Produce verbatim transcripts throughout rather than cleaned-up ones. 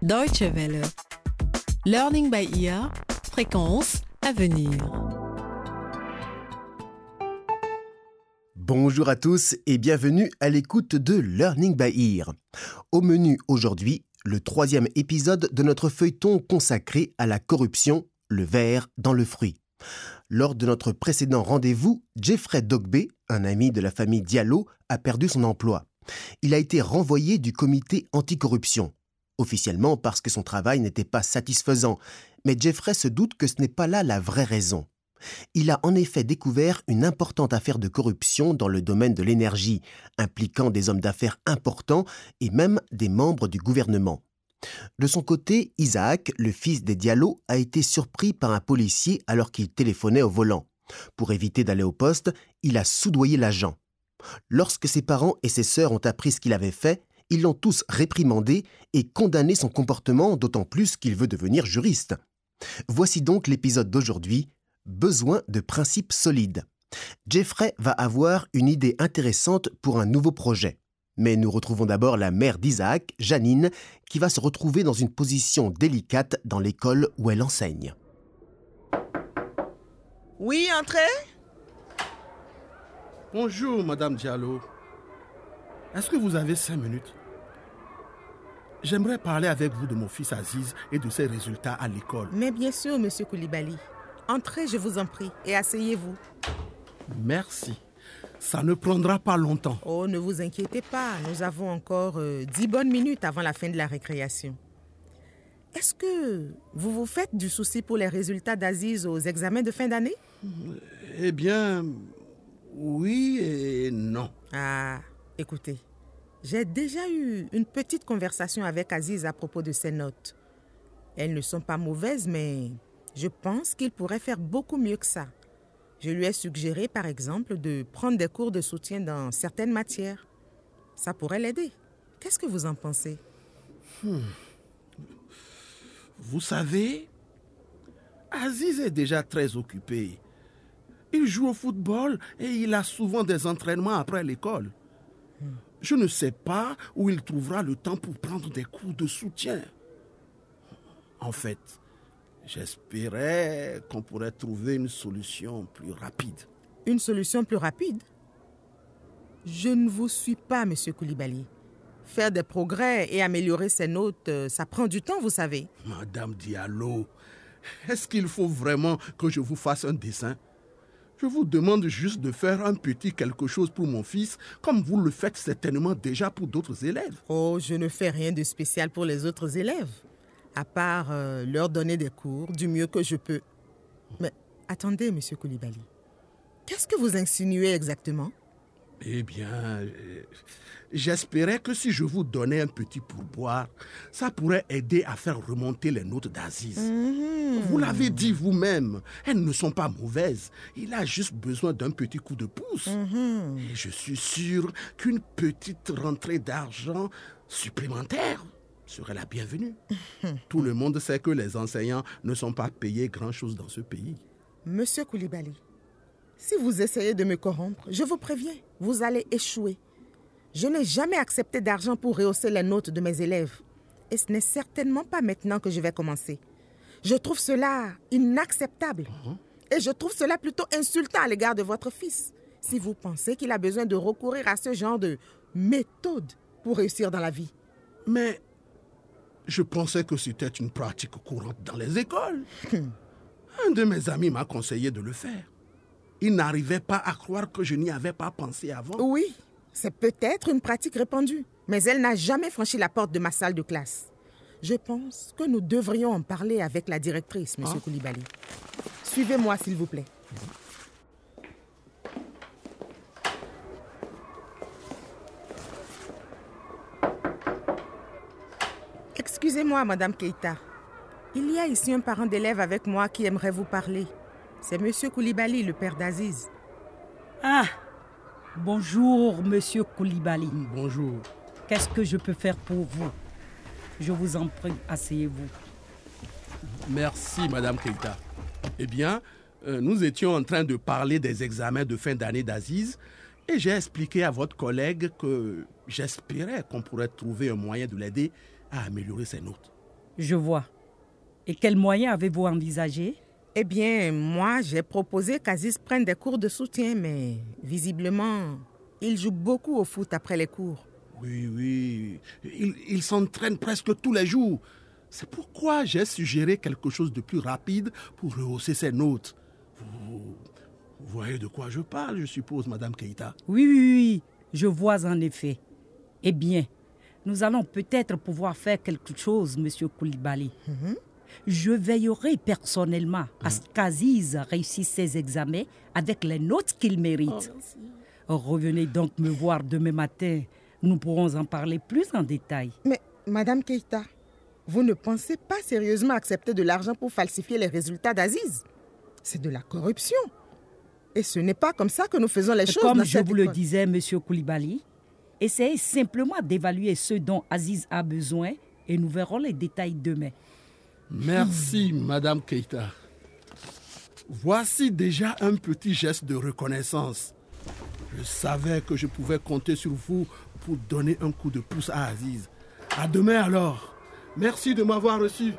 Deutsche Welle. Learning by ear, fréquence à venir. Bonjour à tous et bienvenue à l'écoute de Learning by Ear. Au menu aujourd'hui, le troisième épisode de notre feuilleton consacré à la corruption, le ver dans le fruit. Lors de notre précédent rendez-vous, Jeffrey Dogbe, un ami de la famille Diallo, a perdu son emploi. Il a été renvoyé du comité anticorruption, officiellement parce que son travail n'était pas satisfaisant, mais Jeffrey se doute que ce n'est pas là la vraie raison. Il a en effet découvert une importante affaire de corruption dans le domaine de l'énergie, impliquant des hommes d'affaires importants et même des membres du gouvernement. De son côté, Isaac, le fils des Diallo, a été surpris par un policier alors qu'il téléphonait au volant. Pour éviter d'aller au poste, il a soudoyé l'agent. Lorsque ses parents et ses sœurs ont appris ce qu'il avait fait, ils l'ont tous réprimandé et condamné son comportement, d'autant plus qu'il veut devenir juriste. Voici donc l'épisode d'aujourd'hui, besoin de principes solides. Jeffrey va avoir une idée intéressante pour un nouveau projet. Mais nous retrouvons d'abord la mère d'Isaac, Janine, qui va se retrouver dans une position délicate dans l'école où elle enseigne. Oui, entrez. Bonjour, Madame Diallo. Est-ce que vous avez cinq minutes? J'aimerais parler avec vous de mon fils Aziz et de ses résultats à l'école. Mais bien sûr, Monsieur Koulibaly. Entrez, je vous en prie, et asseyez-vous. Merci. Ça ne prendra pas longtemps. Oh, ne vous inquiétez pas. Nous avons encore euh, dix bonnes minutes avant la fin de la récréation. Est-ce que vous vous faites du souci pour les résultats d'Aziz aux examens de fin d'année? Eh bien, oui et non. Ah, écoutez, j'ai déjà eu une petite conversation avec Aziz à propos de ses notes. Elles ne sont pas mauvaises, mais je pense qu'il pourrait faire beaucoup mieux que ça. Je lui ai suggéré, par exemple, de prendre des cours de soutien dans certaines matières. Ça pourrait l'aider. Qu'est-ce que vous en pensez? Hmm. Vous savez, Aziz est déjà très occupé. Il joue au football et il a souvent des entraînements après l'école. Hmm. Je ne sais pas où il trouvera le temps pour prendre des cours de soutien. En fait, j'espérais qu'on pourrait trouver une solution plus rapide. Une solution plus rapide? Je ne vous suis pas, Monsieur Koulibaly. Faire des progrès et améliorer ses notes, ça prend du temps, vous savez. Madame Diallo, est-ce qu'il faut vraiment que je vous fasse un dessin? Je vous demande juste de faire un petit quelque chose pour mon fils, comme vous le faites certainement déjà pour d'autres élèves. Oh, je ne fais rien de spécial pour les autres élèves, à part euh, leur donner des cours du mieux que je peux. Mais attendez, Monsieur Koulibaly, qu'est-ce que vous insinuez exactement? Eh bien, j'espérais que si je vous donnais un petit pourboire, ça pourrait aider à faire remonter les notes d'Aziz. Mmh. Vous l'avez dit vous-même, elles ne sont pas mauvaises. Il a juste besoin d'un petit coup de pouce. Mmh. Et je suis sûr qu'une petite rentrée d'argent supplémentaire serait la bienvenue. Mmh. Tout le monde sait que les enseignants ne sont pas payés grand-chose dans ce pays. Monsieur Koulibaly, si vous essayez de me corrompre, je vous préviens, vous allez échouer. Je n'ai jamais accepté d'argent pour rehausser les notes de mes élèves. Et ce n'est certainement pas maintenant que je vais commencer. Je trouve cela inacceptable. Uh-huh. Et je trouve cela plutôt insultant à l'égard de votre fils. Si vous pensez qu'il a besoin de recourir à ce genre de méthode pour réussir dans la vie. Mais je pensais que c'était une pratique courante dans les écoles. Hmm. Un de mes amis m'a conseillé de le faire. Il n'arrivait pas à croire que je n'y avais pas pensé avant. Oui, c'est peut-être une pratique répandue, mais elle n'a jamais franchi la porte de ma salle de classe. Je pense que nous devrions en parler avec la directrice, Monsieur ah. Koulibaly. Suivez-moi, s'il vous plaît. Excusez-moi, Madame Keita. Il y a ici un parent d'élève avec moi qui aimerait vous parler. C'est Monsieur Koulibaly, le père d'Aziz. Ah, bonjour, Monsieur Koulibaly. Bonjour. Qu'est-ce que je peux faire pour vous? Je vous en prie, asseyez-vous. Merci, Madame Keita. Eh bien, euh, nous étions en train de parler des examens de fin d'année d'Aziz et j'ai expliqué à votre collègue que j'espérais qu'on pourrait trouver un moyen de l'aider à améliorer ses notes. Je vois. Et quels moyens avez-vous envisagé? Eh bien, moi, j'ai proposé qu'Aziz prenne des cours de soutien, mais visiblement, il joue beaucoup au foot après les cours. Oui, oui, il, il s'entraîne presque tous les jours. C'est pourquoi j'ai suggéré quelque chose de plus rapide pour rehausser ses notes. Vous, vous voyez de quoi je parle, je suppose, Madame Keïta? Oui, oui, oui, je vois en effet. Eh bien, nous allons peut-être pouvoir faire quelque chose, Monsieur Koulibaly. Mm-hmm. Je veillerai personnellement mmh. à ce qu'Aziz réussisse ses examens avec les notes qu'il mérite. Oh, revenez donc me voir demain matin. Nous pourrons en parler plus en détail. Mais, Madame Keïta, vous ne pensez pas sérieusement accepter de l'argent pour falsifier les résultats d'Aziz? C'est de la corruption. Et ce n'est pas comme ça que nous faisons les choses. Comme dans je cette vous école. le disais, Monsieur Koulibaly, essayez simplement d'évaluer ce dont Aziz a besoin et nous verrons les détails demain. Merci, Madame Keïta. Voici déjà un petit geste de reconnaissance. Je savais que je pouvais compter sur vous pour donner un coup de pouce à Aziz. À demain alors. Merci de m'avoir reçu.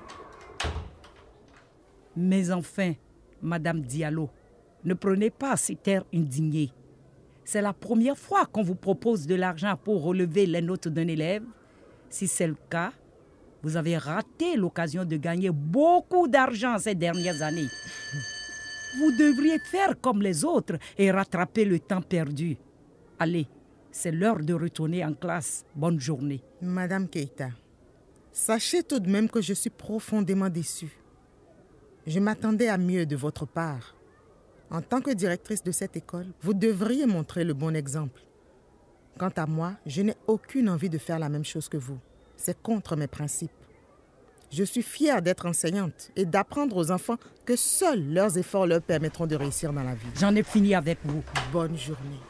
Mais enfin, Madame Diallo, ne prenez pas cet air indigné. C'est la première fois qu'on vous propose de l'argent pour relever les notes d'un élève. Si c'est le cas, vous avez raté l'occasion de gagner beaucoup d'argent ces dernières années. Vous devriez faire comme les autres et rattraper le temps perdu. Allez, c'est l'heure de retourner en classe. Bonne journée. Madame Keïta, sachez tout de même que je suis profondément déçue. Je m'attendais à mieux de votre part. En tant que directrice de cette école, vous devriez montrer le bon exemple. Quant à moi, je n'ai aucune envie de faire la même chose que vous. C'est contre mes principes. Je suis fière d'être enseignante et d'apprendre aux enfants que seuls leurs efforts leur permettront de réussir dans la vie. J'en ai fini avec vous. Bonne journée.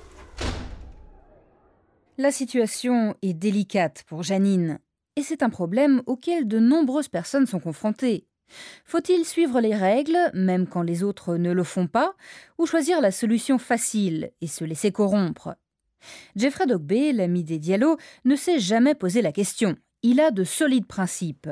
La situation est délicate pour Janine et c'est un problème auquel de nombreuses personnes sont confrontées. Faut-il suivre les règles, même quand les autres ne le font pas, ou choisir la solution facile et se laisser corrompre? Jeffrey Dogbe, l'ami des Diallo, ne s'est jamais posé la question. Il a de solides principes.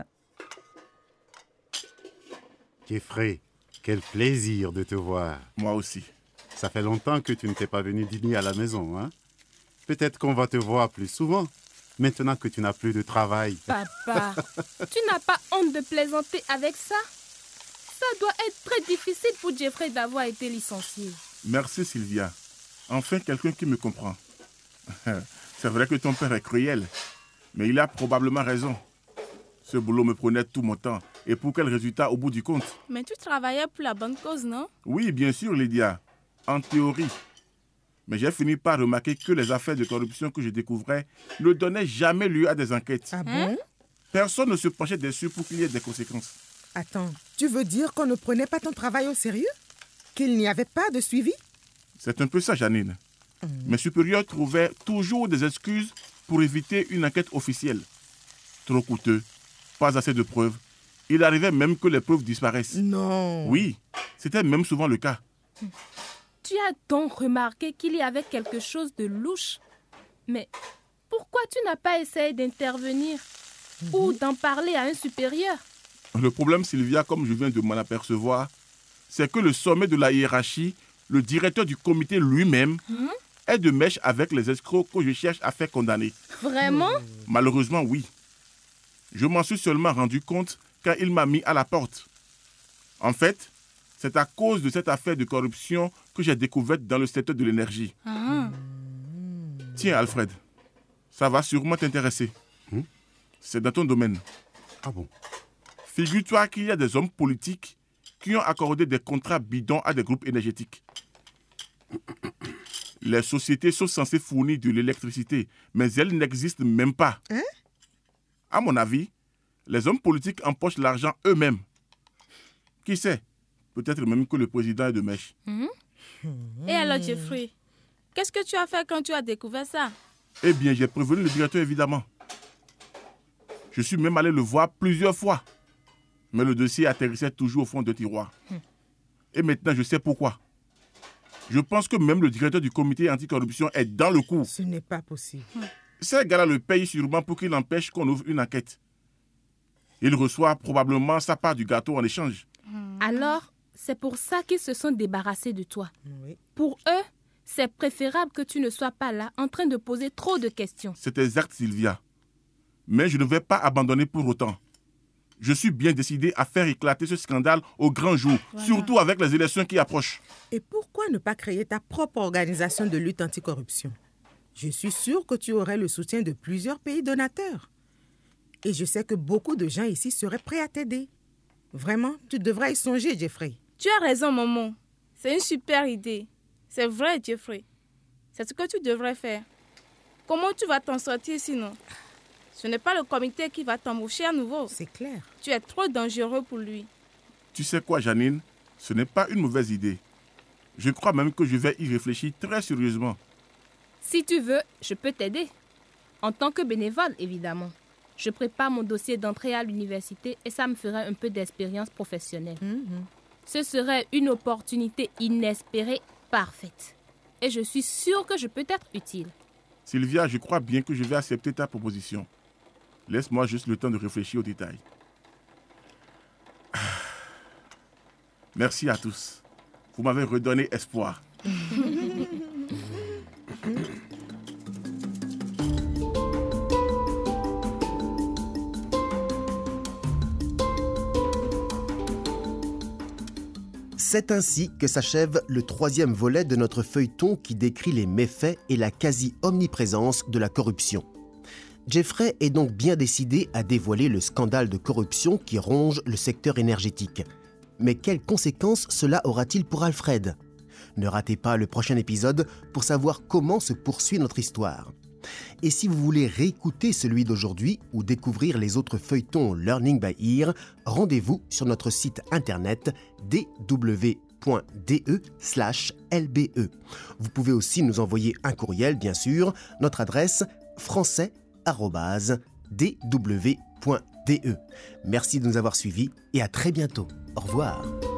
Jeffrey, quel plaisir de te voir. Moi aussi. Ça fait longtemps que tu ne t'es pas venu dîner à la maison, hein? Peut-être qu'on va te voir plus souvent, maintenant que tu n'as plus de travail. Papa, tu n'as pas honte de plaisanter avec ça? Ça doit être très difficile pour Jeffrey d'avoir été licencié. Merci Sylvia. Enfin quelqu'un qui me comprend. C'est vrai que ton père est cruel, mais il a probablement raison. Ce boulot me prenait tout mon temps. Et pour quel résultat au bout du compte? Mais tu travaillais pour la bonne cause, non? Oui, bien sûr, Lydia. En théorie. Mais j'ai fini par remarquer que les affaires de corruption que je découvrais ne donnaient jamais lieu à des enquêtes. Ah bon? Hein? Personne ne se penchait dessus pour qu'il y ait des conséquences. Attends, tu veux dire qu'on ne prenait pas ton travail au sérieux? Qu'il n'y avait pas de suivi? C'est un peu ça, Janine. Mmh. Mes supérieurs trouvaient toujours des excuses pour éviter une enquête officielle. Trop coûteux, pas assez de preuves. Il arrivait même que les preuves disparaissent. Non. Oui, c'était même souvent le cas. Tu as donc remarqué qu'il y avait quelque chose de louche. Mais pourquoi tu n'as pas essayé d'intervenir mmh. ou d'en parler à un supérieur? Le problème, Sylvia, comme je viens de m'en apercevoir, c'est que le sommet de la hiérarchie, le directeur du comité lui-même, mmh. est de mèche avec les escrocs que je cherche à faire condamner. Vraiment? Malheureusement, oui. Je m'en suis seulement rendu compte quand il m'a mis à la porte. En fait, c'est à cause de cette affaire de corruption que j'ai découverte dans le secteur de l'énergie. Ah. Tiens, Alfred, ça va sûrement t'intéresser. Hmm? C'est dans ton domaine. Ah bon? Figure-toi qu'il y a des hommes politiques qui ont accordé des contrats bidons à des groupes énergétiques. Les sociétés sont censées fournir de l'électricité, mais elles n'existent même pas. Hein? À mon avis, les hommes politiques empochent l'argent eux-mêmes. Qui sait? Peut-être même que le président est de mèche. Mmh. Et alors, Jeffrey, qu'est-ce que tu as fait quand tu as découvert ça? Eh bien, j'ai prévenu le directeur, évidemment. Je suis même allé le voir plusieurs fois. Mais le dossier atterrissait toujours au fond de tiroir. Mmh. Et maintenant, je sais pourquoi. Je pense que même le directeur du comité anticorruption est dans le coup. Ce n'est pas possible. Mmh. Ces gars-là le payent sûrement pour qu'il empêche qu'on ouvre une enquête. Il reçoit probablement sa part du gâteau en échange. Alors, c'est pour ça qu'ils se sont débarrassés de toi. Oui. Pour eux, c'est préférable que tu ne sois pas là en train de poser trop de questions. C'est exact, Sylvia. Mais je ne vais pas abandonner pour autant. Je suis bien décidé à faire éclater ce scandale au grand jour, voilà. Surtout avec les élections qui approchent. Et pourquoi ne pas créer ta propre organisation de lutte anticorruption? Je suis sûre que tu aurais le soutien de plusieurs pays donateurs. Et je sais que beaucoup de gens ici seraient prêts à t'aider. Vraiment, tu devrais y songer, Jeffrey. Tu as raison, maman. C'est une super idée. C'est vrai, Jeffrey. C'est ce que tu devrais faire. Comment tu vas t'en sortir sinon? Ce n'est pas le comité qui va t'embaucher à nouveau. C'est clair. Tu es trop dangereux pour lui. Tu sais quoi, Janine? Ce n'est pas une mauvaise idée. Je crois même que je vais y réfléchir très sérieusement. Si tu veux, je peux t'aider. En tant que bénévole, évidemment. Je prépare mon dossier d'entrée à l'université et ça me ferait un peu d'expérience professionnelle. Mm-hmm. Ce serait une opportunité inespérée parfaite. Et je suis sûre que je peux être utile. Sylvia, je crois bien que je vais accepter ta proposition. Laisse-moi juste le temps de réfléchir aux détails. Merci à tous. Vous m'avez redonné espoir. C'est ainsi que s'achève le troisième volet de notre feuilleton qui décrit les méfaits et la quasi-omniprésence de la corruption. Jeffrey est donc bien décidé à dévoiler le scandale de corruption qui ronge le secteur énergétique. Mais quelles conséquences cela aura-t-il pour Alfred? Ne ratez pas le prochain épisode pour savoir comment se poursuit notre histoire. Et si vous voulez réécouter celui d'aujourd'hui ou découvrir les autres feuilletons Learning by Ear, rendez-vous sur notre site internet d w point d e slash l b e. Vous pouvez aussi nous envoyer un courriel, bien sûr. Notre adresse français arobase d w point d e. Merci de nous avoir suivis et à très bientôt. Au revoir.